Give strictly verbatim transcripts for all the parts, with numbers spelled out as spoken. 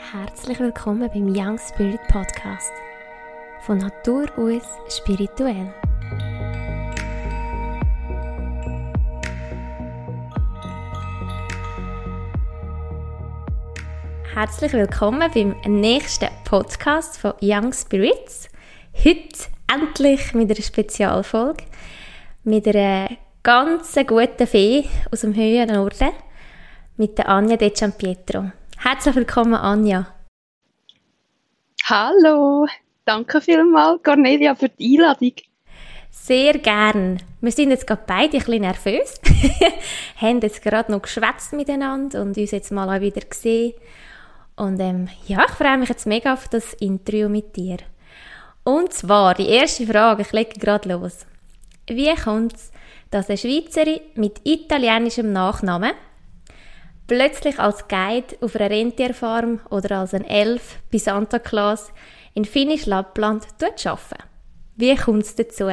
Herzlich willkommen beim Young Spirit Podcast. Von Natur aus spirituell. Herzlich willkommen beim nächsten Podcast von Young Spirits. Heute endlich mit einer Spezialfolge. Mit einer ganz guten Fee aus dem höheren Norden. Mit der Anja De Giampietro. Herzlich willkommen, Anja. Hallo, danke vielmals, Cornelia, für die Einladung. Sehr gern. Wir sind jetzt gerade beide ein bisschen nervös. Haben jetzt gerade noch geschwätzt miteinander und uns jetzt mal auch wieder gesehen. Und ähm, ja, ich freue mich jetzt mega auf das Interview mit dir. Und zwar, die erste Frage, ich lege gerade los. Wie kommt es, dass eine Schweizerin mit italienischem Nachnamen plötzlich als Guide auf einer Rentierfarm oder als ein Elf bei Santa Claus in Finnisch Lappland arbeiten? Wie kommt es dazu?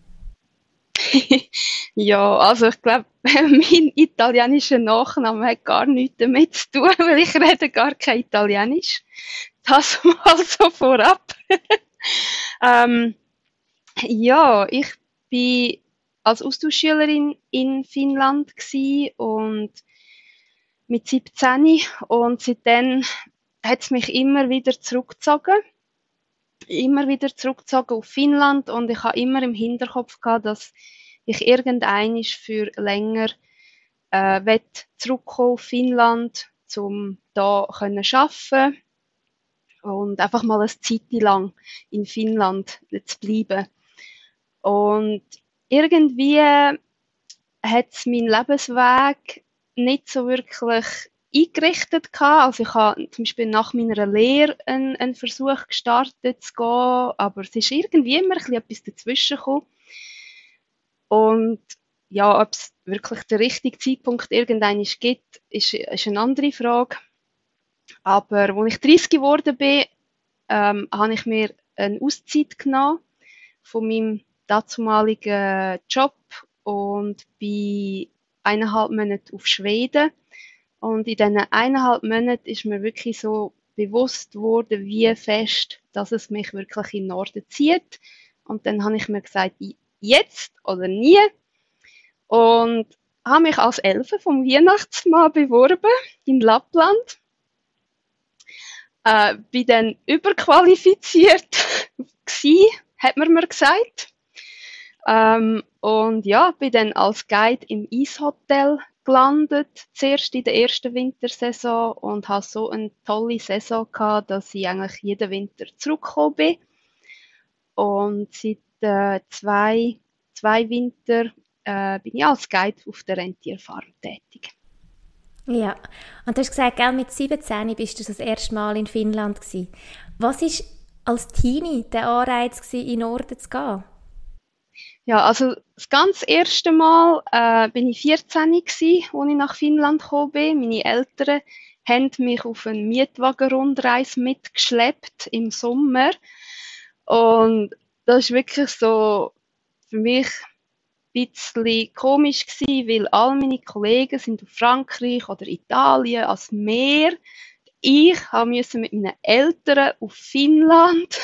Ja, also ich glaube, mein italienischer Nachname hat gar nichts damit zu tun, weil ich rede gar kein Italienisch. Das mal so vorab. ähm, ja, ich bin als Austauschschülerin in Finnland gsi und mit siebzehn und seitdem hat es mich immer wieder zurückgezogen. Immer wieder zurückgezogen auf Finnland und ich habe immer im Hinterkopf gehabt, dass ich irgendeinmal für länger äh, zurückkommen auf Finnland, um da können arbeiten und einfach mal eine Zeit lang in Finnland zu bleiben. Und irgendwie hat es meinen Lebensweg nicht so wirklich eingerichtet gehabt. Also ich habe zum Beispiel nach meiner Lehre einen, einen Versuch gestartet zu gehen, aber es ist irgendwie immer ein bisschen etwas dazwischen gekommen. Und ja, ob es wirklich der richtige Zeitpunkt irgendwann gibt, ist, ist eine andere Frage. Aber als ich dreißig geworden bin, ähm, habe ich mir eine Auszeit genommen von meinem dazumaligen Job und bin eineinhalb Monate auf Schweden. Und in diesen eineinhalb Monaten ist mir wirklich so bewusst geworden, wie fest, dass es mich wirklich in den Norden zieht. Und dann habe ich mir gesagt, jetzt oder nie. Und habe mich als Elfe vom Weihnachtsmann beworben in Lappland. Äh, bin dann überqualifiziert gsi, hat man mir gesagt. Ähm, und ja, bin dann als Guide im Eishotel gelandet, zuerst in der ersten Wintersaison und hatte so eine tolle Saison gehabt, dass ich eigentlich jeden Winter zurückgekommen bin. Und seit äh, zwei, zwei Winter äh, bin ich als Guide auf der Rentierfarm tätig. Ja, und du hast gesagt, gell, mit siebzehn bist du das erste Mal in Finnland gewesen. Was war als Teenie der Anreiz gewesen, in den Norden zu gehen? Ja, also das ganz erste Mal äh, bin ich vierzehn gsi, als ich nach Finnland gekommen bin. Meine Eltern haben mich auf eine Mietwagenrundreise mitgeschleppt im Sommer. Und das war wirklich so für mich ein bisschen komisch gewesen, weil all meine Kollegen sind auf Frankreich oder Italien als Meer. Ich musste mit meinen Eltern auf Finnland.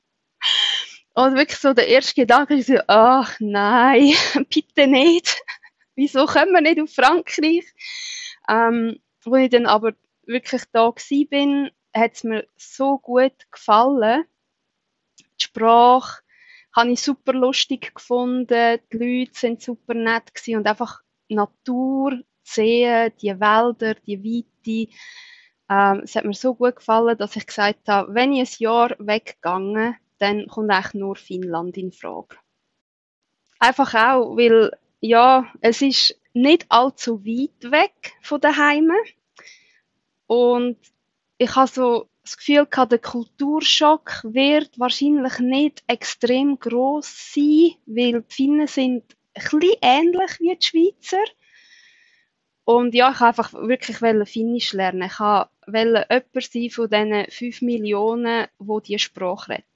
Und wirklich so der erste Gedanke ist so, ach nein, bitte nicht. Wieso können wir nicht auf Frankreich? Ähm, als ich dann aber wirklich da gsi bin, hat es mir so gut gefallen. Die Sprache habe ich super lustig gefunden, die Leute sind super nett gewesen und einfach die Natur zu sehen, die Wälder, die Weite. Ähm, es hat mir so gut gefallen, dass ich gesagt habe, wenn ich ein Jahr weggegangen, dann kommt eigentlich nur Finnland in Frage. Einfach auch, weil, ja, es ist nicht allzu weit weg von daheim. Und ich habe so das Gefühl gehabt, der Kulturschock wird wahrscheinlich nicht extrem gross sein, weil die Finnen sind ein bisschen ähnlich wie die Schweizer. Und ja, ich wollte einfach wirklich Finnisch lernen. Ich wollte jemand sein von diesen fünf Millionen, die diese Sprache reden.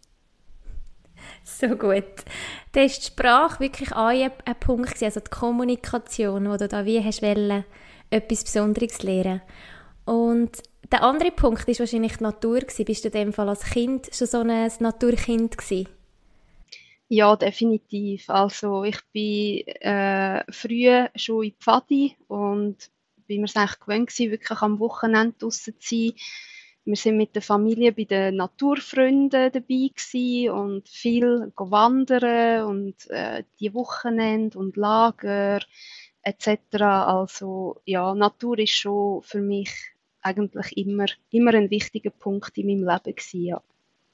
So gut. Da ist die Sprache wirklich auch ein, ein Punkt, also die Kommunikation, wo du da wie hast wollen, etwas Besonderes lernen. Und der andere Punkt war wahrscheinlich die Natur gewesen. Bist du in dem Fall als Kind schon so ein Naturkind gewesen? Ja, definitiv. Also ich bin äh, früh schon in die Pfadi und bin mir es eigentlich gewöhnt gewesen, wirklich am Wochenende draussen zu sein. Wir sind mit der Familie bei den Naturfreunden dabei gewesen und viel go wandern und äh, die Wochenende und Lager et cetera. Also ja, Natur ist schon für mich eigentlich immer, immer ein wichtiger Punkt in meinem Leben gewesen, ja.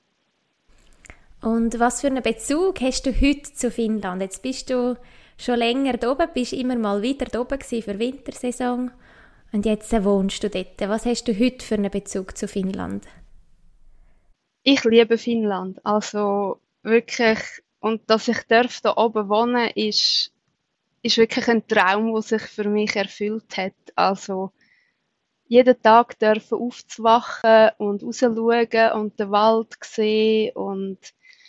Und was für einen Bezug hast du heute zu Finnland? Jetzt bist du schon länger da oben, bist immer mal wieder da oben gewesen für Wintersaison und jetzt wohnst du dort. Was hast du heute für einen Bezug zu Finnland? Ich liebe Finnland, also wirklich. Und dass ich darf da oben wohnen, ist, ist wirklich ein Traum, der sich für mich erfüllt hat. Also jeden Tag dürfen aufzuwachen und rausschauen und den Wald sehen und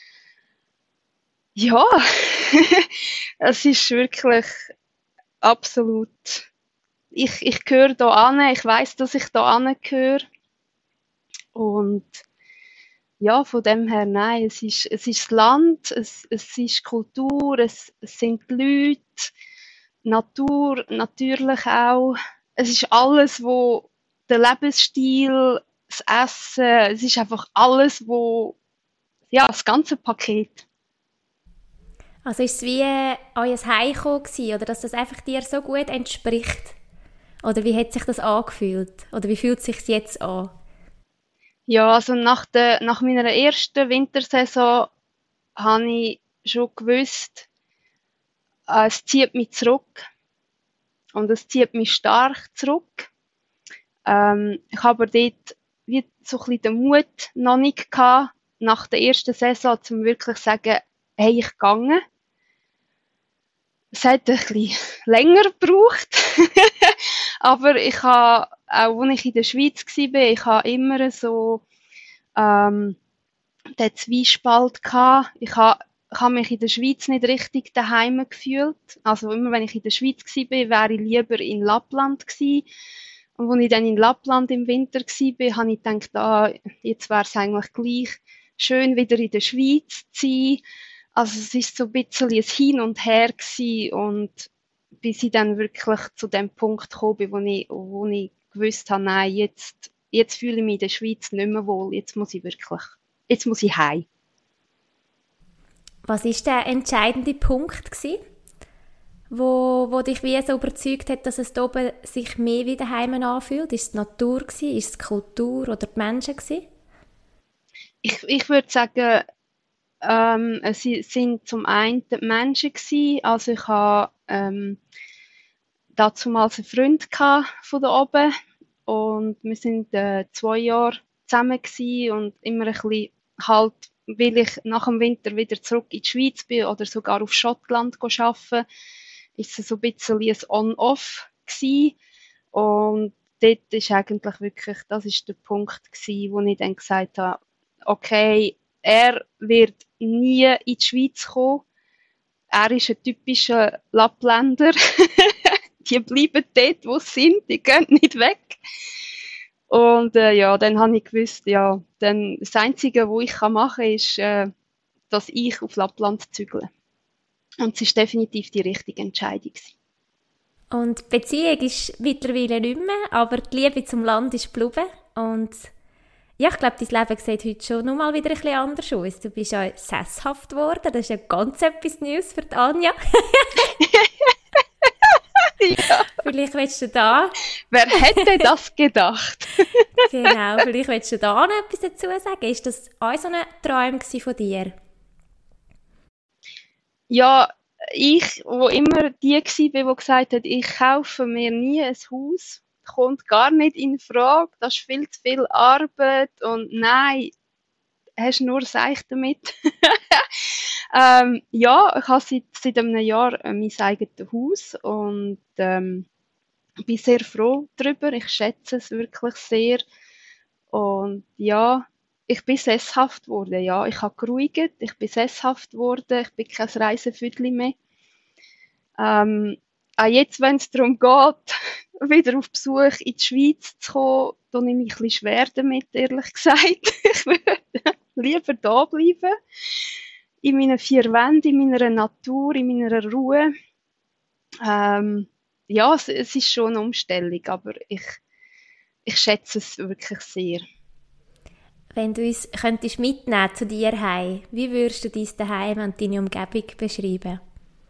ja, es ist wirklich absolut. Ich, ich gehöre hier an, ich weiß, dass ich hier angehöre. Und ja, von dem her, nein, es ist, es ist das Land, es, es ist Kultur, es, es sind die Leute, Natur natürlich auch. Es ist alles, wo der Lebensstil, das Essen, es ist einfach alles, wo, ja, das ganze Paket. Also ist es wie äh, euer Heimkommen gewesen, oder dass das einfach dir so gut entspricht? Oder wie hat sich das angefühlt? Oder wie fühlt es sich jetzt an? Ja, also nach der, nach meiner ersten Wintersaison habe ich schon gewusst, äh, es zieht mich zurück. Und es zieht mich stark zurück. Ähm, ich habe aber dort wie so ein bisschen den Mut noch nicht gehabt, nach der ersten Saison, um wirklich zu sagen, hey, ich gehe. Es hat ein bisschen länger gebraucht. Aber ich habe, auch als ich in der Schweiz war, ich habe immer so ähm, den Zwiespalt gehabt. Ich habe, ich habe mich in der Schweiz nicht richtig daheim gefühlt. Also immer wenn ich in der Schweiz war, wäre ich lieber in Lappland gewesen. Und als ich dann in Lappland im Winter war, habe ich gedacht, ah, jetzt wäre es eigentlich gleich schön, wieder in der Schweiz zu sein. Also es ist so ein bisschen ein Hin und Her gewesen und bis ich dann wirklich zu dem Punkt gekommen bin, wo ich, wo ich gewusst habe, nein, jetzt, jetzt fühle ich mich in der Schweiz nicht mehr wohl, jetzt muss ich wirklich, jetzt muss ich heim. Was war der entscheidende Punkt gewesen, wo, wo dich wie so überzeugt hat, dass es da oben sich mehr wie daheim anfühlt? Ist es die Natur gewesen? Ist es die Kultur oder die Menschen gewesen? Ich, ich würde sagen, ähm, es sind zum einen die Menschen gewesen. Also ich habe ähm, dazumals einen Freund gehabt von da oben und wir sind äh, zwei Jahre zusammen gewesen und immer ein bisschen halt, weil ich nach dem Winter wieder zurück in die Schweiz bin oder sogar auf Schottland arbeiten, ist es so ein bisschen ein On-Off gewesen. Und dort ist eigentlich wirklich, das ist der Punkt gewesen, wo ich dann gesagt habe, okay, er wird nie in die Schweiz kommen. Er ist ein typischer Lappländer. Die bleiben dort, wo sie sind, die gehen nicht weg. Und äh, ja, dann habe ich gewusst, ja, dann das Einzige, was ich machen kann, ist, äh, dass ich auf Lappland zügle. Und es ist definitiv die richtige Entscheidung gewesen. Und die Beziehung ist mittlerweile nicht mehr, aber die Liebe zum Land ist geblieben. Und ja, ich glaube, dein Leben sieht heute schon noch mal wieder ein bisschen anders aus. Du bist ja sesshaft geworden, das ist ja ganz etwas Neues für die Anja. Ja. Vielleicht willst du da... Wer hätte das gedacht? Genau, vielleicht willst du da noch etwas dazu sagen. Ist das auch so ein Traum von dir? Ja, ich, wo immer die war, die gesagt hat, ich kaufe mir nie ein Haus, kommt gar nicht in Frage, das ist viel zu viel Arbeit und nein, hast nur Seich damit. ähm, ja, ich habe seit, seit einem Jahr äh, mein eigenes Haus und ähm, bin sehr froh darüber. Ich schätze es wirklich sehr. Und ja, ich bin sesshaft geworden. Ja, ich habe geruhigt, ich bin sesshaft geworden, ich bin kein Reisefüdli mehr. Ähm, auch jetzt, wenn es darum geht, wieder auf Besuch in die Schweiz zu kommen, da nehme ich ein bisschen schwer damit, ehrlich gesagt. Ich würde lieber da bleiben, in meinen vier Wänden, in meiner Natur, in meiner Ruhe. Ähm, ja, es, es ist schon eine Umstellung, aber ich, ich schätze es wirklich sehr. Wenn du uns könntest mitnehmen zu dir heim, wie würdest du dein Daheim und deine Umgebung beschreiben?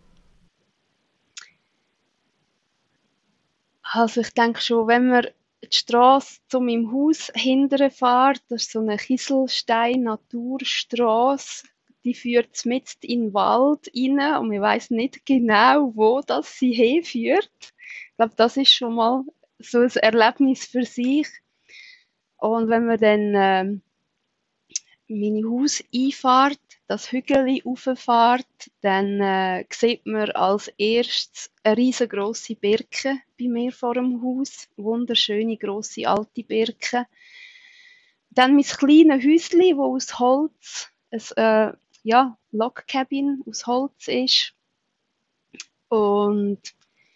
Also ich denke schon, wenn man die Strasse zu meinem Haus hinterher fährt, das ist so eine Kieselstein-Naturstrasse, die führt mitten in den Wald rein und man weiss nicht genau, wo das sie hinführt. Ich glaube, das ist schon mal so ein Erlebnis für sich. Und wenn man dann ähm, meine Hauseinfahrt, das Hügeli rauffährt, dann äh, sieht man als erstes eine riesengroße Birke bei mir vor dem Haus. Wunderschöne, grosse, alte Birke. Dann mein kleines Häuschen, das aus Holz, ein äh, ja, Log Cabin aus Holz ist. Und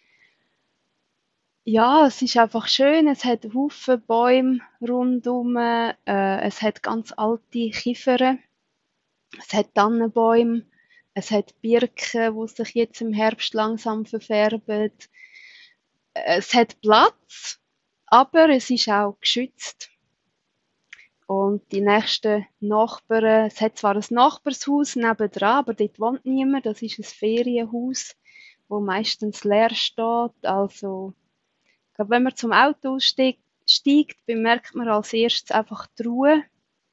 ja, es ist einfach schön. Es hat Haufen Bäume rundum. Äh, es hat ganz alte Kiefern. Es hat Tannenbäume. Es hat Birken, die sich jetzt im Herbst langsam verfärben. Es hat Platz, aber es ist auch geschützt. Und die nächsten Nachbarn, es hat zwar ein Nachbarshaus nebendran, aber dort wohnt niemand. Das ist ein Ferienhaus, wo meistens leer steht. Also, ich glaube, wenn man zum Auto steigt, steigt, bemerkt man als erstes einfach die Ruhe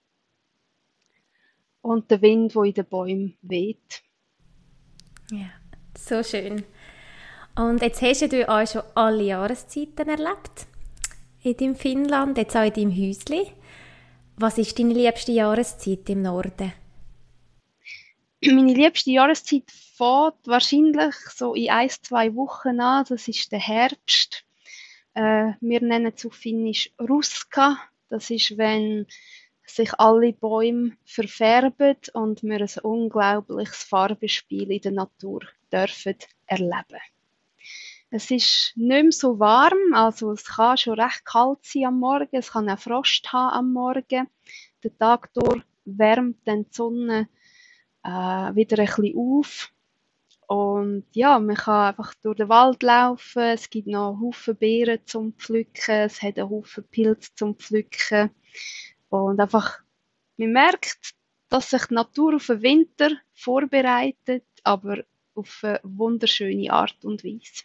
und den Wind, der in den Bäumen weht. Ja, so schön. Und jetzt hast du auch schon alle Jahreszeiten erlebt in deinem Finnland, jetzt auch in deinem Häuschen. Was ist deine liebste Jahreszeit im Norden? Meine liebste Jahreszeit fängt wahrscheinlich so in ein, zwei Wochen an. Das ist der Herbst. Äh, wir nennen es auf Finnisch Ruska. Das ist, wenn sich alle Bäume verfärben und wir ein unglaubliches Farbenspiel in der Natur dürfen erleben. Es ist nicht mehr so warm, also es kann schon recht kalt sein am Morgen, es kann auch Frost haben am Morgen. Den Tag durch wärmt dann die Sonne äh, wieder ein bisschen auf. Und ja, man kann einfach durch den Wald laufen, es gibt noch einen Haufen Beeren zum Pflücken, es hat einen Haufen Pilze zum Pflücken. Und einfach, man merkt, dass sich die Natur auf den Winter vorbereitet, aber auf eine wunderschöne Art und Weise.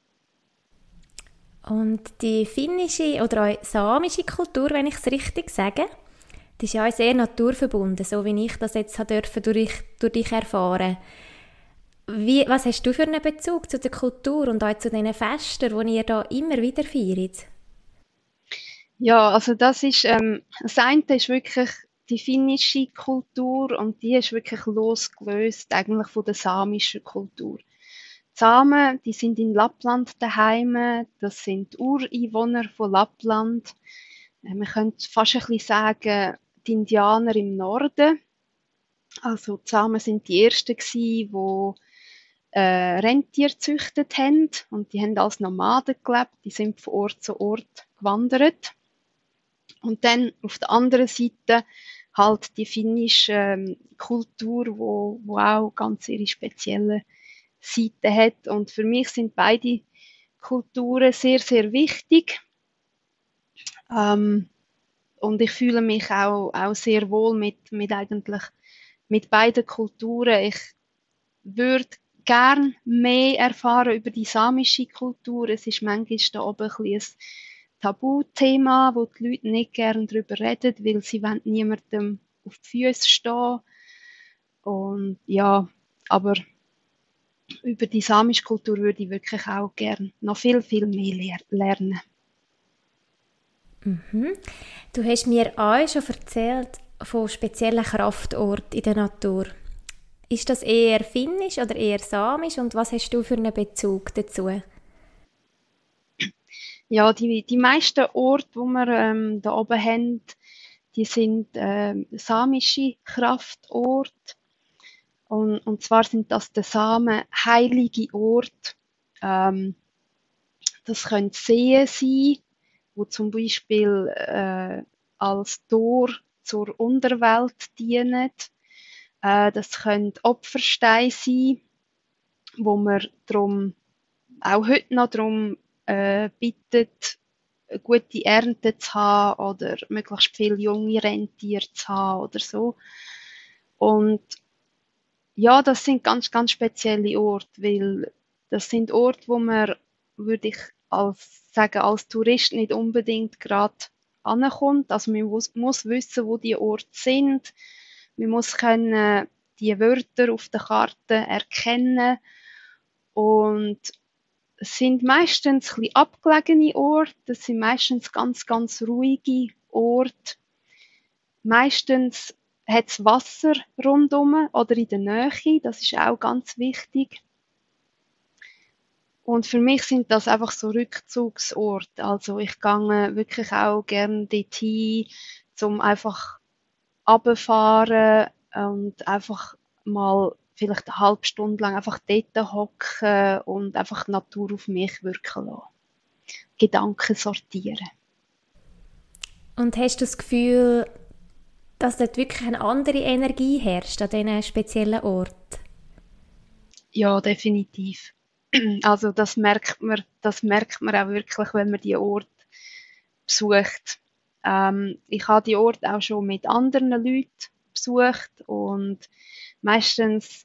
Und die finnische oder auch samische Kultur, wenn ich es richtig sage, die ist ja auch sehr naturverbunden, so wie ich das jetzt durfte durch, durch dich erfahren. Wie, was hast du für einen Bezug zu der Kultur und auch zu diesen Festen, die ihr da immer wieder feiert? Ja, also das ist, ähm, das eine ist wirklich die finnische Kultur und die ist wirklich losgelöst eigentlich von der samischen Kultur. Die Samen, die sind in Lappland daheim, das sind die Ureinwohner von Lappland. Äh, Man könnte fast ein bisschen sagen, die Indianer im Norden. Also die Samen sind die ersten gewesen, die äh, Rentier gezüchtet haben und die haben als Nomaden gelebt, die sind von Ort zu Ort gewandert. Und dann auf der anderen Seite halt die finnische ähm, Kultur, wo, wo auch ganz ihre speziellen Seiten hat. Und für mich sind beide Kulturen sehr, sehr wichtig. Ähm, und ich fühle mich auch, auch sehr wohl mit, mit eigentlich mit beiden Kulturen. Ich würde gern mehr erfahren über die samische Kultur. Es ist manchmal da oben ein bisschen ein Tabuthema, wo die Leute nicht gerne darüber reden, weil sie wollen niemandem auf die Füße stehen. Und ja, aber über die samische Kultur würde ich wirklich auch gerne noch viel, viel mehr lehr- lernen. Mhm. Du hast mir auch schon erzählt von speziellen Kraftorten in der Natur. Ist das eher finnisch oder eher samisch und was hast du für einen Bezug dazu? Ja, die, die meisten Orte, die wir ähm, da oben haben, die sind ähm, samische Kraftorte. Und, und zwar sind das der Samen heilige Orte. Ähm, das können Seen sein, wo zum Beispiel äh, als Tor zur Unterwelt dienen. Äh, das können Opfersteine sein, wo man darum, auch heute noch darum äh, bittet, eine gute Ernte zu haben oder möglichst viele junge Rentiere zu haben oder so. Und ja, das sind ganz, ganz spezielle Orte, weil das sind Orte, wo man, würde ich als, sagen, als Tourist nicht unbedingt gerade ankommt. Also man muss, muss wissen, wo die Orte sind. Man muss können die Wörter auf der Karte erkennen. Und es sind meistens ein bisschen abgelegene Orte. Es sind meistens ganz, ganz ruhige Orte. Meistens hat es Wasser rundum oder in der Nähe. Das ist auch ganz wichtig. Und für mich sind das einfach so Rückzugsorte. Also ich gehe wirklich auch gerne dorthin, um einfach runterfahren und einfach mal vielleicht eine halbe Stunde lang einfach dort hocken und einfach die Natur auf mich wirken lassen. Gedanken sortieren. Und hast du das Gefühl, dass dort wirklich eine andere Energie herrscht an diesen speziellen Ort? Ja, definitiv. Also das merkt man, das merkt man auch wirklich, wenn man die Orte besucht. Ähm, ich habe die Orte auch schon mit anderen Leuten besucht und meistens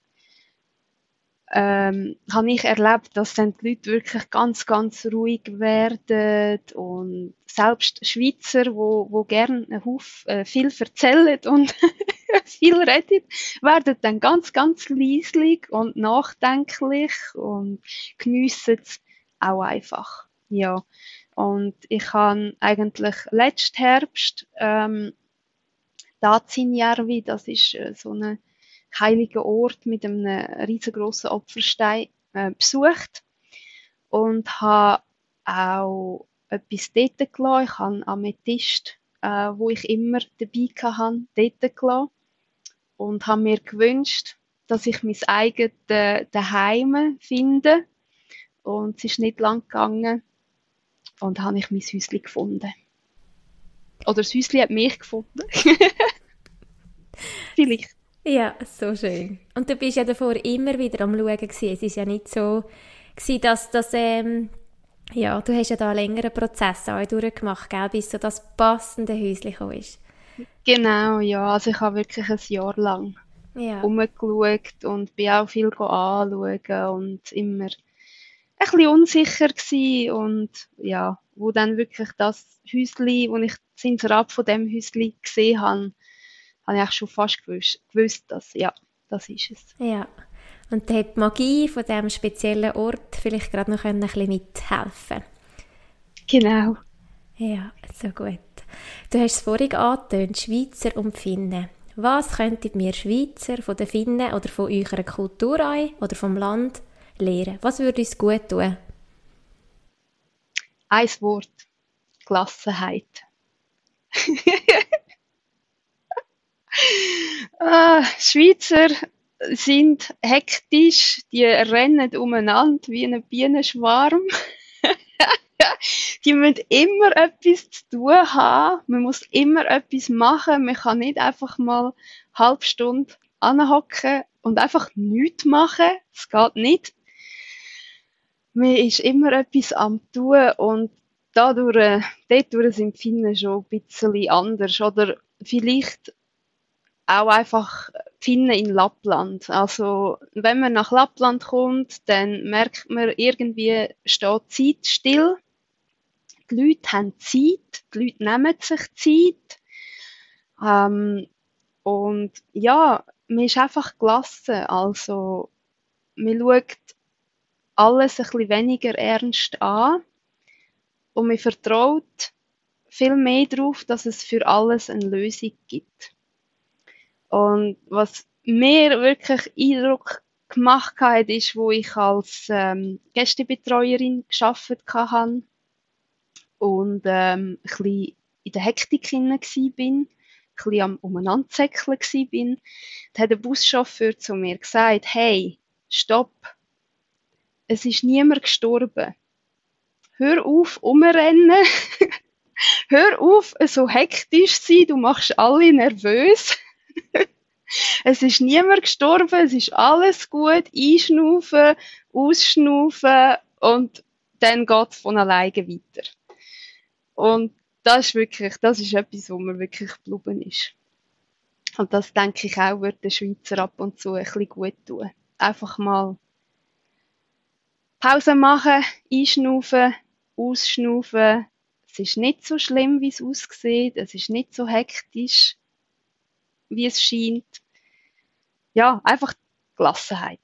ähm, habe ich erlebt, dass dann die Leute wirklich ganz, ganz ruhig werden und selbst Schweizer, wo, wo gerne einen Haufen, äh, viel erzählen und viel reden, werden dann ganz, ganz leislich und nachdenklich und geniessen es auch einfach. Ja. Und ich habe eigentlich letzten Herbst ähm, Datsinjärvi, das ist äh, so ein heiliger Ort mit einem riesengroßen Opferstein äh, besucht und habe auch etwas dort gelassen. Ich habe einen Amethyst, äh, wo ich immer dabei hatte, dort gelassen und habe mir gewünscht, dass ich mein eigenes Daheim finde. Und es ist nicht lang gegangen und habe ich mein Häuschen gefunden. Oder das Häuschen hat mich gefunden. Vielleicht. Ja, so schön. Und du bist ja davor immer wieder am Schauen gewesen. Es ist ja nicht so gewesen, dass das, ähm, ja, du hast ja da einen längeren Prozess auch durchgemacht, gell, bis so das passende Häuschen gekommen ist. Genau, ja. Also ich habe wirklich ein Jahr lang Ja. rumgeschaut und bin auch viel anschauen und immer ein bisschen unsicher gewesen und ja, wo dann wirklich das Häuschen, wo ich das Inserat von dem Häuschen gesehen habe, habe ich auch schon fast gewusst, gewusst dass, ja, das ist es. Ja. Und da hat die Magie von diesem speziellen Ort vielleicht gerade noch ein bisschen mithelfen. Genau. Ja, so gut. Du hast es vorhin angetönt, Schweizer und Finnen. Was könnten wir Schweizer von den Finnen oder von eurer Kultur ein oder vom Land lernen? Was würde uns gut tun? Ein Wort. Gelassenheit. ah, Schweizer sind hektisch, die rennen umeinander wie ein Bienenschwarm. Die müssen immer etwas zu tun haben. Man muss immer etwas machen. Man kann nicht einfach mal eine halbe Stunde anhocken und einfach nichts machen. Das geht nicht. Man ist immer etwas am tun und dadurch, dadurch sind die Finnen schon ein bisschen anders. Oder vielleicht auch einfach Finnen in Lappland. Also, wenn man nach Lappland kommt, dann merkt man, irgendwie steht die Zeit still. Die Leute haben Zeit, die Leute nehmen sich Zeit. Ähm, und ja, man ist einfach gelassen. Also, man schaut alles ein bisschen weniger ernst an und man vertraut viel mehr darauf, dass es für alles eine Lösung gibt. Und was mir wirklich Eindruck gemacht hat, ist, wo ich als ähm, Gästebetreuerin gearbeitet habe und ähm, ein bisschen in der Hektik hinein war, ein bisschen am Umeinanderzäckeln war, da hat der Buschauffeur zu mir gesagt, hey, stopp, es ist niemand gestorben. Hör auf, umrennen. Hör auf, so hektisch zu sein, du machst alle nervös. Es ist niemand gestorben, es ist alles gut. Einschnaufen, ausschnaufen und dann geht es von alleine weiter. Und das ist wirklich, das ist etwas, wo mir wirklich geblieben ist. Und das, denke ich, auch wird den Schweizer ab und zu ein bisschen gut tun. Einfach mal Pause machen, einschnaufen, ausschnaufen. Es ist nicht so schlimm, wie es aussieht. Es ist nicht so hektisch, wie es scheint. Ja, einfach Gelassenheit.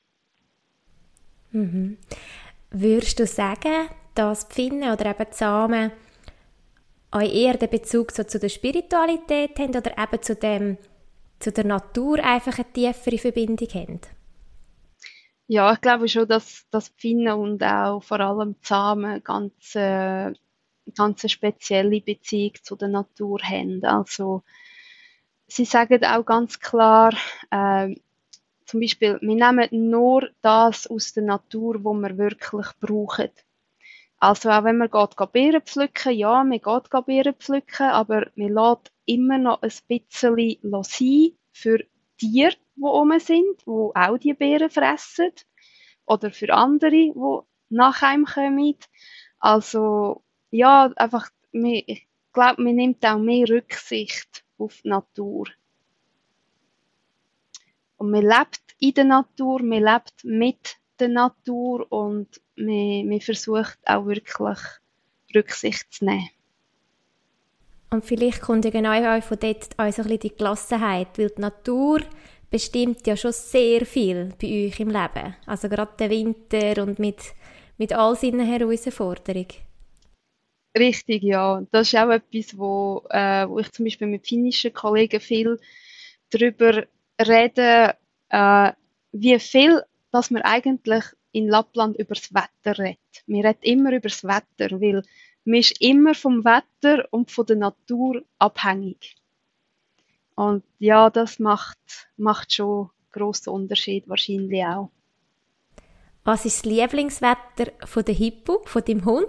Mhm. Würdest du sagen, dass die Finnen oder eben die Samen auch eher den Bezug so zu der Spiritualität haben oder eben zu, dem, zu der Natur einfach eine tiefere Verbindung haben? Ja, ich glaube schon, dass, dass die Finnen und auch vor allem die Samen ganz, äh, ganz eine spezielle Beziehung zu der Natur haben. Also, sie sagen auch ganz klar, äh, zum Beispiel, wir nehmen nur das aus der Natur, was wir wirklich brauchen. Also auch wenn man geht, geht Beeren pflücken, ja, man geht Beeren pflücken, aber man lässt immer noch ein bisschen sein für Tiere, die rum sind, die auch die Beeren fressen. Oder für andere, die nach einem kommen. Also, ja, einfach, ich glaube, man nimmt auch mehr Rücksicht auf die Natur. Und man lebt in der Natur, man lebt mit der Natur und man, man versucht auch wirklich Rücksicht zu nehmen. Und vielleicht kommt ja genau auch von dort auch so ein bisschen die Gelassenheit, weil die Natur bestimmt ja schon sehr viel bei euch im Leben. Also gerade der Winter und mit, mit all seinen Herausforderungen. Richtig, ja. Das ist auch etwas, wo, äh, wo ich zum Beispiel mit finnischen Kollegen viel darüber rede, äh, wie viel, dass man eigentlich in Lappland über das Wetter redet. Wir reden immer über das Wetter, weil man ist immer vom Wetter und von der Natur abhängig. Und ja, das macht, macht schon einen grossen Unterschied, wahrscheinlich auch. Was ist das Lieblingswetter von der Hippo, von deinem Hund?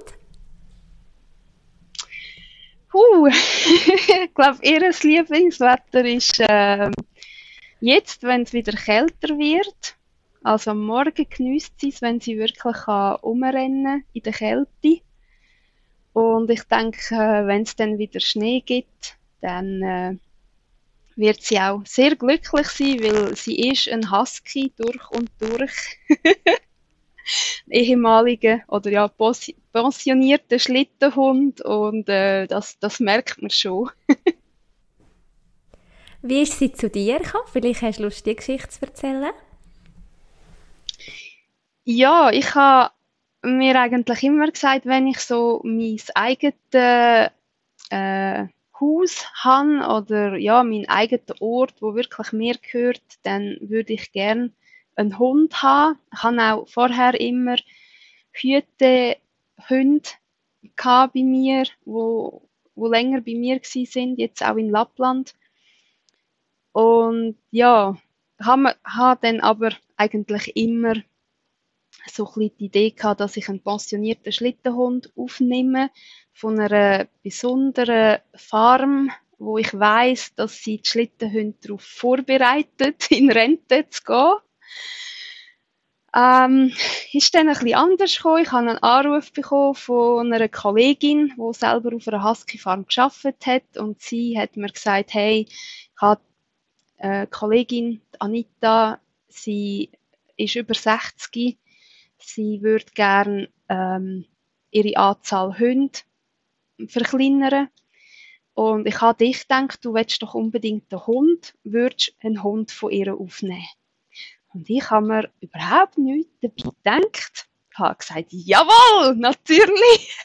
Uh, ich glaube, ihr Lieblingswetter ist äh, jetzt, wenn es wieder kälter wird. Also am Morgen geniesst sie es, wenn sie wirklich kann rumrennen in der Kälte. Und ich denke, wenn es dann wieder Schnee gibt, dann äh, wird sie auch sehr glücklich sein, weil sie ist ein Husky durch und durch. Ehemaliger oder ja pensionierter Schlittenhund und äh, das, das merkt man schon. Wie ist sie zu dir gekommen? Vielleicht hast du Lust, die Geschichte zu erzählen? Ja, ich habe mir eigentlich immer gesagt, wenn ich so mein eigenes äh, Haus habe oder ja, meinen eigenen Ort, wo wirklich mir gehört, dann würde ich gerne einen Hund haben. Ich habe auch vorher immer Hüte, Hunde bei mir, wo, wo länger bei mir gewesen sind, jetzt auch in Lappland. Und ja, habe hab dann aber eigentlich immer so ein bisschen die Idee gehabt, dass ich einen pensionierten Schlittenhund aufnehme von einer besonderen Farm, wo ich weiss, dass sie die Schlittenhunde darauf vorbereitet, in Rente zu gehen. Ähm, ist dann ein bisschen anders gekommen. Ich habe einen Anruf bekommen von einer Kollegin, die selber auf einer Husky-Farm gearbeitet hat. Und sie hat mir gesagt, hey, ich habe eine Kollegin, Anita, sie ist über sechzig. Sie würde gerne ähm, ihre Anzahl Hunde verkleinern. Und ich habe dich gedacht, du willst doch unbedingt einen Hund, würdest einen Hund von ihr aufnehmen. Und ich habe mir überhaupt nichts dabei gedacht. Ich habe gesagt, jawohl, natürlich.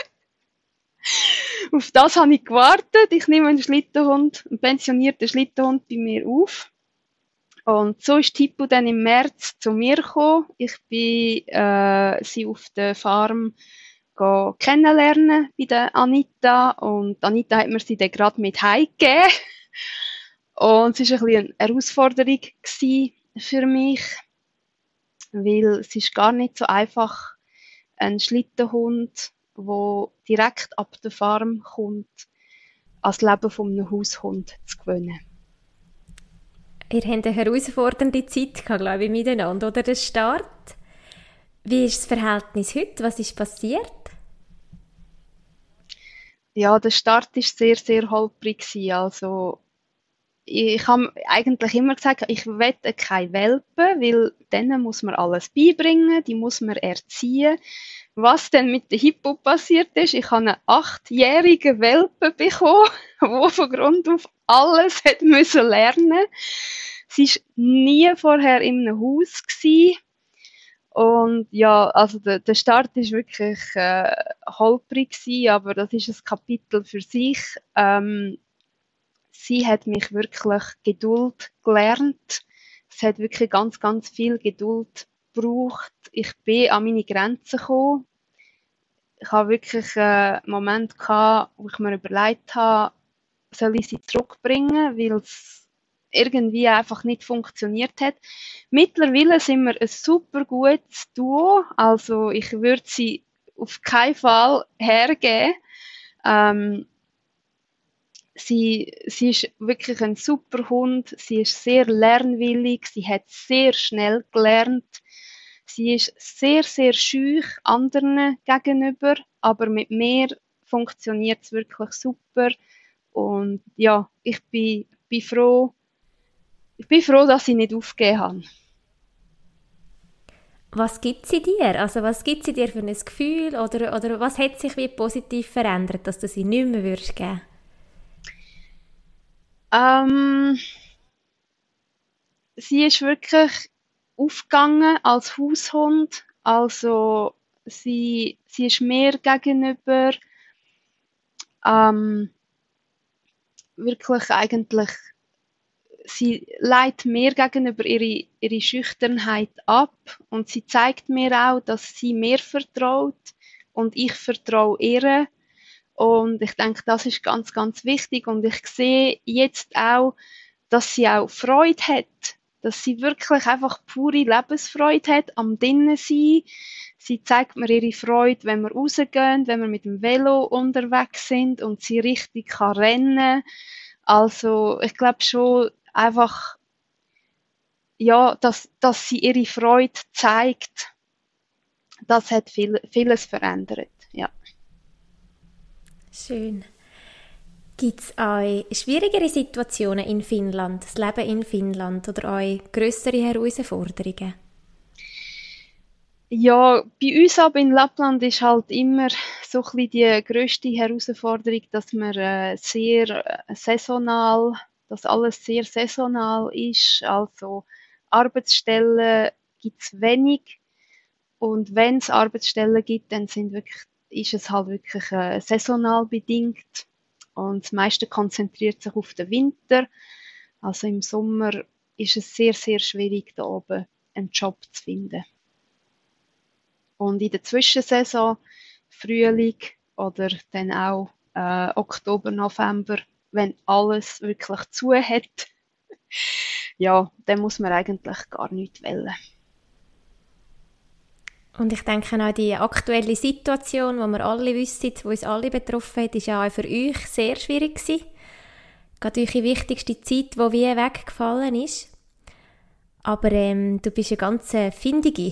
Auf das habe ich gewartet. Ich nehme einen Schlittenhund, einen pensionierten Schlittenhund bei mir auf. Und so ist Hippo dann im März zu mir gekommen. Ich bin äh, sie auf der Farm kennenlernen bei der Anita. Und Anita hat mir sie dann gerade mit heimgegeben. Und es war ein bisschen eine Herausforderung gewesen für mich. weil es ist gar nicht so einfach, einen Schlittenhund, der direkt ab der Farm kommt, ans Leben von einem Haushund zu gewöhnen. Ihr habt eine herausfordernde Zeit gehabt, glaube ich, miteinander, oder? Der Start. Wie ist das Verhältnis heute? Was ist passiert? Ja, der Start war sehr, sehr holprig gewesen. Also, ich habe eigentlich immer gesagt, ich will keine Welpen, weil denen muss man alles beibringen, die muss man erziehen. Was denn mit der Hippo passiert ist, ich habe einen achtjährigen Welpen bekommen, der von Grund auf alles hat müssen lernen. Sie war nie vorher in einem Haus gewesen. Und ja, also der, der Start ist wirklich äh, holprig gewesen, aber das ist ein Kapitel für sich. Ähm, sie hat mich wirklich Geduld gelernt. Es hat wirklich ganz, ganz viel Geduld gebraucht. Ich bin an meine Grenzen gekommen. Ich habe wirklich einen Moment gehabt, wo ich mir überlegt habe, soll ich sie zurückbringen, weil es irgendwie einfach nicht funktioniert hat. Mittlerweile sind wir ein super gutes Duo, also ich würde sie auf keinen Fall hergeben. Ähm, sie, sie ist wirklich ein super Hund, sie ist sehr lernwillig, sie hat sehr schnell gelernt. Sie ist sehr, sehr schüch anderen gegenüber, aber mit mir funktioniert es wirklich super. Und ja, ich bin, bin froh, ich bin froh, dass ich nicht aufgegeben habe. Was gibt sie dir? Also was gibt sie dir für ein Gefühl? Oder, oder was hat sich wie positiv verändert, dass du sie nicht mehr würdest geben? Ähm, sie ist wirklich aufgegangen als Haushund. Also sie, sie ist mir gegenüber ähm, wirklich eigentlich, sie leitet mir gegenüber ihre, ihre Schüchternheit ab und sie zeigt mir auch, dass sie mir vertraut und ich vertraue ihr. Und ich denke, das ist ganz, ganz wichtig. Und ich sehe jetzt auch, dass sie auch Freude hat. Dass sie wirklich einfach pure Lebensfreude hat am Drinnen sein. Sie zeigt mir ihre Freude, wenn wir rausgehen, wenn wir mit dem Velo unterwegs sind und sie richtig kann rennen. Also, ich glaube schon einfach, ja, dass, dass sie ihre Freude zeigt, das hat viel, vieles verändert, ja. Schön. Gibt es auch schwierigere Situationen in Finnland, das Leben in Finnland oder auch grössere Herausforderungen? Ja, bei uns aber in Lappland ist halt immer so ein bisschen die grösste Herausforderung, dass man äh, sehr äh, saisonal, dass alles sehr saisonal ist. Also Arbeitsstellen gibt es wenig und wenn es Arbeitsstellen gibt, dann sind wirklich, ist es halt wirklich äh, saisonal bedingt und das meiste konzentriert sich auf den Winter. Also im Sommer ist es sehr, sehr schwierig, da oben einen Job zu finden. Und in der Zwischensaison, Frühling oder dann auch äh, Oktober, November, wenn alles wirklich zu hat, ja, dann muss man eigentlich gar nichts wählen. Und ich denke auch die aktuelle Situation, die wir alle wissen, die uns alle betroffen hat, ist ja auch für euch sehr schwierig gewesen. Gerade eure wichtigste Zeit, die wie weggefallen ist. Aber ähm, du bist eine ganz äh, findige.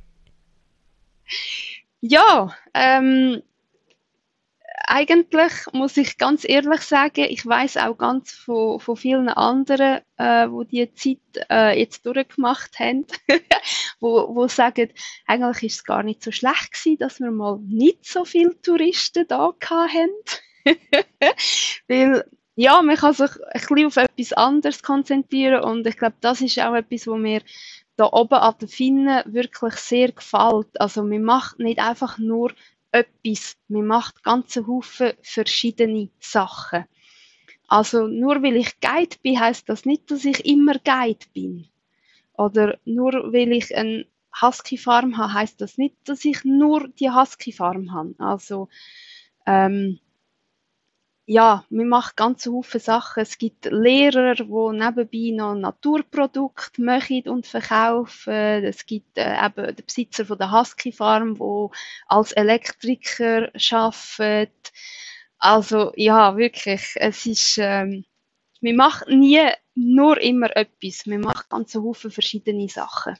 Ja, ähm, eigentlich muss ich ganz ehrlich sagen, ich weiß auch ganz von, von vielen anderen, äh, wo die Zeit äh, jetzt durchgemacht haben, wo, wo sagen, eigentlich ist es gar nicht so schlecht gewesen, dass wir mal nicht so viele Touristen da hatten. Weil, ja, man kann sich ein bisschen auf etwas anderes konzentrieren und ich glaube, das ist auch etwas, wo mir da oben an den Finnen wirklich sehr gefällt. Also man macht nicht einfach nur etwas, man macht ganze Haufen verschiedene Sachen. Also nur weil ich Guide bin, heisst das nicht, dass ich immer Guide bin. Oder nur weil ich eine Husky-Farm habe, heisst das nicht, dass ich nur die Husky-Farm habe. Also ähm, ja, wir machen ganz viele Sachen. Es gibt Lehrer, die nebenbei noch Naturprodukte machen und verkaufen. Es gibt äh, eben den Besitzer von der Husky Farm, der als Elektriker arbeitet. Also ja, wirklich, es ist, ähm, wir machen nie nur immer etwas. Wir machen ganz viele verschiedene Sachen.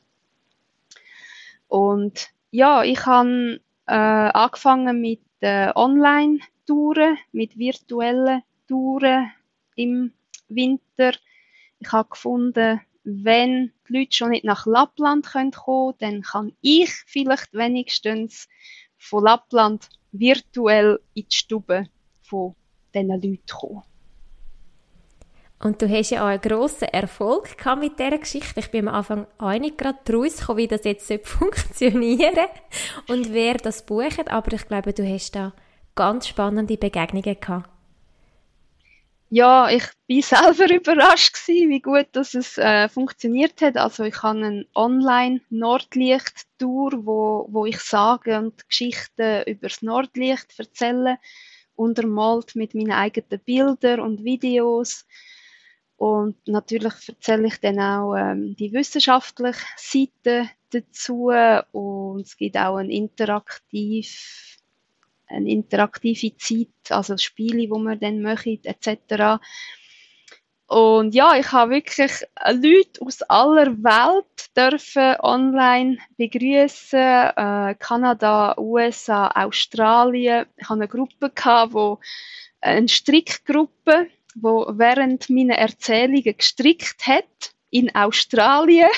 Und ja, ich habe äh, angefangen mit äh, Online-Touren, mit virtuellen Touren im Winter. Ich habe gefunden, wenn die Leute schon nicht nach Lappland kommen können, dann kann ich vielleicht wenigstens von Lappland virtuell in die Stube von diesen Leuten kommen. Und du hast ja auch einen grossen Erfolg gehabt mit dieser Geschichte. Ich bin am Anfang auch nicht gerade draus gekommen, wie das jetzt funktionieren soll und wer das bucht. Aber ich glaube, du hast da ganz spannende Begegnungen gehabt. Ja, ich bin selber überrascht gewesen, wie gut dass es äh, funktioniert hat. Also ich habe eine Online-Nordlicht-Tour, wo, wo ich Sagen und Geschichten über das Nordlicht erzähle, untermalt mit meinen eigenen Bildern und Videos. Und natürlich erzähle ich dann auch ähm, die wissenschaftliche Seite dazu und es gibt auch ein interaktiv, eine interaktive Zeit, also Spiele, die wir dann machen, et cetera. Und ja, ich habe wirklich Leute aus aller Welt dürfen online begrüßen, äh, Kanada, U S A, Australien. Ich hatte eine Gruppe gehabt, wo eine Strickgruppe, wo während meiner Erzählungen gestrickt hat in Australien.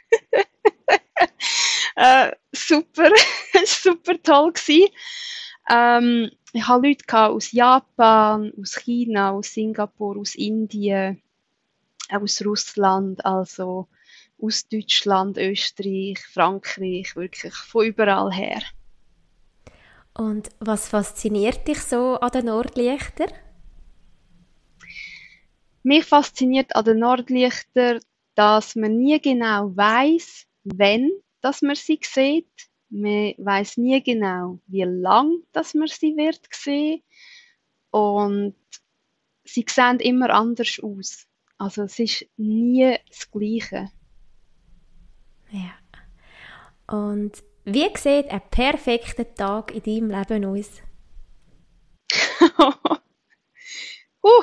äh, super, super toll gewesen. Ähm, ich hatte Leute aus Japan, aus China, aus Singapur, aus Indien, aus Russland, also aus Deutschland, Österreich, Frankreich, wirklich von überall her. Und was fasziniert dich so an den Nordlichtern? Mich fasziniert an den Nordlichtern, dass man nie genau weiss, wenn dass man sie sieht. Man weiss nie genau, wie lang dass man sie wird sehen. Und sie sehen immer anders aus. Also es ist nie das Gleiche. Ja. Und wie sieht ein perfekter Tag in deinem Leben aus? uh.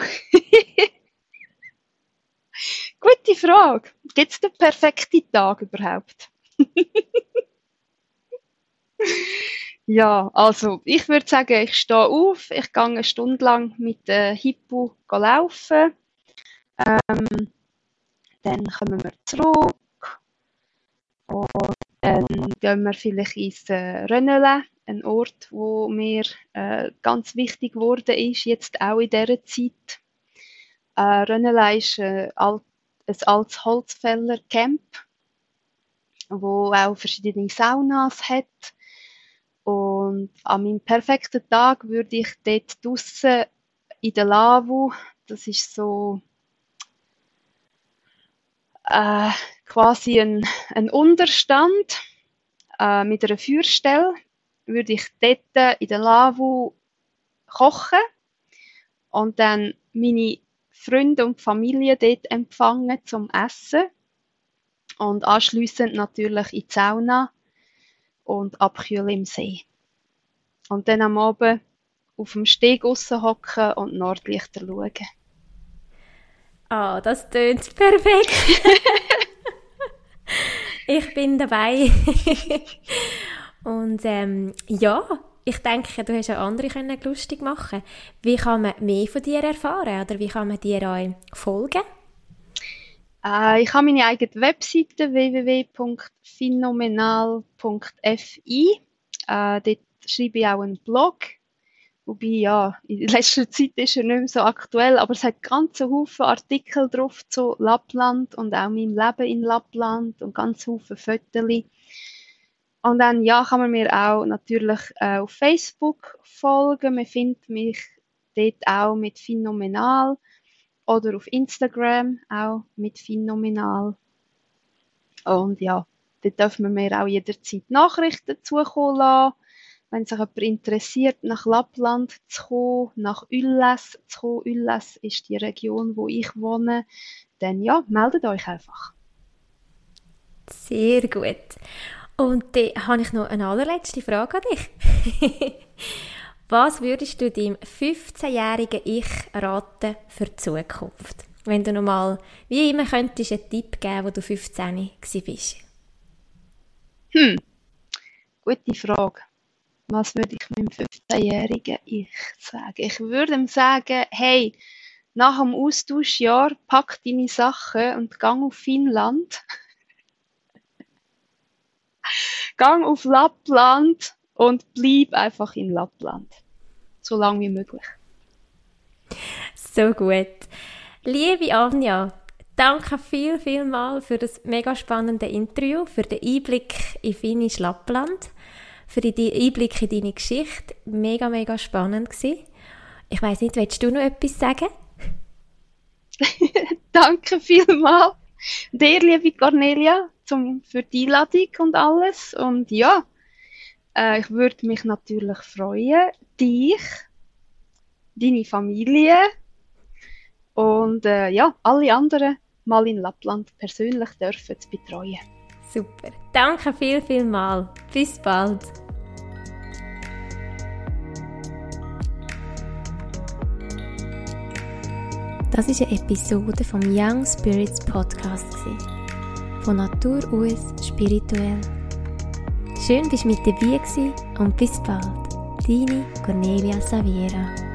Gute Frage. Gibt es den perfekten Tag überhaupt? Ja, also ich würde sagen, ich stehe auf, ich gehe eine Stunde lang mit dem Hippo laufen, ähm, dann kommen wir zurück und dann gehen wir vielleicht ins äh, Rönnele, ein Ort, wo mir äh, ganz wichtig geworden ist, jetzt auch in dieser Zeit. Äh, Rönnele ist äh, alt, ein altes Holzfällercamp, wo auch verschiedene Saunas hat. Und an meinem perfekten Tag würde ich dort draussen in der Lavu, das ist so äh, quasi ein, ein Unterstand äh, mit einer Feuerstelle, würde ich dort in der Lavu kochen und dann meine Freunde und Familie dort empfangen zum Essen und anschliessend natürlich in die Sauna und abkühlen im See. Und dann am Abend auf dem Steg draussen hocken und Nordlichter schauen. Ah, oh, das tönt perfekt. Ich bin dabei. Und ähm, ja, ich denke, du hast auch andere können lustig machen. Wie kann man mehr von dir erfahren oder wie kann man dir auch folgen? Äh, ich habe meine eigene Webseite w w w punkt phänomenal punkt f i. Äh, dort schreibe ich auch einen Blog. Wobei, ja, in letzter Zeit ist er nicht mehr so aktuell, aber es hat ganz Haufen Artikel drauf zu Lappland und auch meinem Leben in Lappland und ganz Haufen Fotos. Und dann, ja, kann man mir auch natürlich äh, auf Facebook folgen. Man findet mich dort auch mit Phänomenal. Oder auf Instagram auch mit Phänomenal. Und ja, dort dürfen wir mir auch jederzeit Nachrichten zukommen lassen, wenn sich jemand interessiert, nach Lappland zu kommen, nach Ylläs zu kommen, Ylläs ist die Region, wo ich wohne, dann ja, meldet euch einfach. Sehr gut. Und dann habe ich noch eine allerletzte Frage an dich. Was würdest du deinem fünfzehnjährigen Ich raten für die Zukunft? Wenn du nochmal, wie immer, könntest einen Tipp geben, wo du fünfzehn warst. Hm, gute Frage. Was würde ich meinem fünfzehnjährigen Ich sagen? Ich würde ihm sagen, hey, nach dem Austauschjahr pack deine Sachen und gang auf Finnland. Gang auf Lappland und bleib einfach in Lappland. So lange wie möglich. So gut. Liebe Anja, danke viel, viel mal für das mega spannende Interview, für den Einblick in finnisch Lappland, für den Einblick in deine Geschichte. Mega, mega spannend gewesen. Ich weiss nicht, willst du noch etwas sagen? Danke vielmals dir, liebe Cornelia, zum, für die Einladung und alles. Und ja, äh, ich würde mich natürlich freuen, dich, deine Familie und äh, ja, alle anderen mal in Lappland persönlich dürfen zu betreuen. Super. Danke viel, viel mal. Bis bald. Das war eine Episode vom Young Spirits Podcast. Von Natur aus spirituell. Schön, dass du mit dabei warst und bis bald. Deine Cornelia Saviera.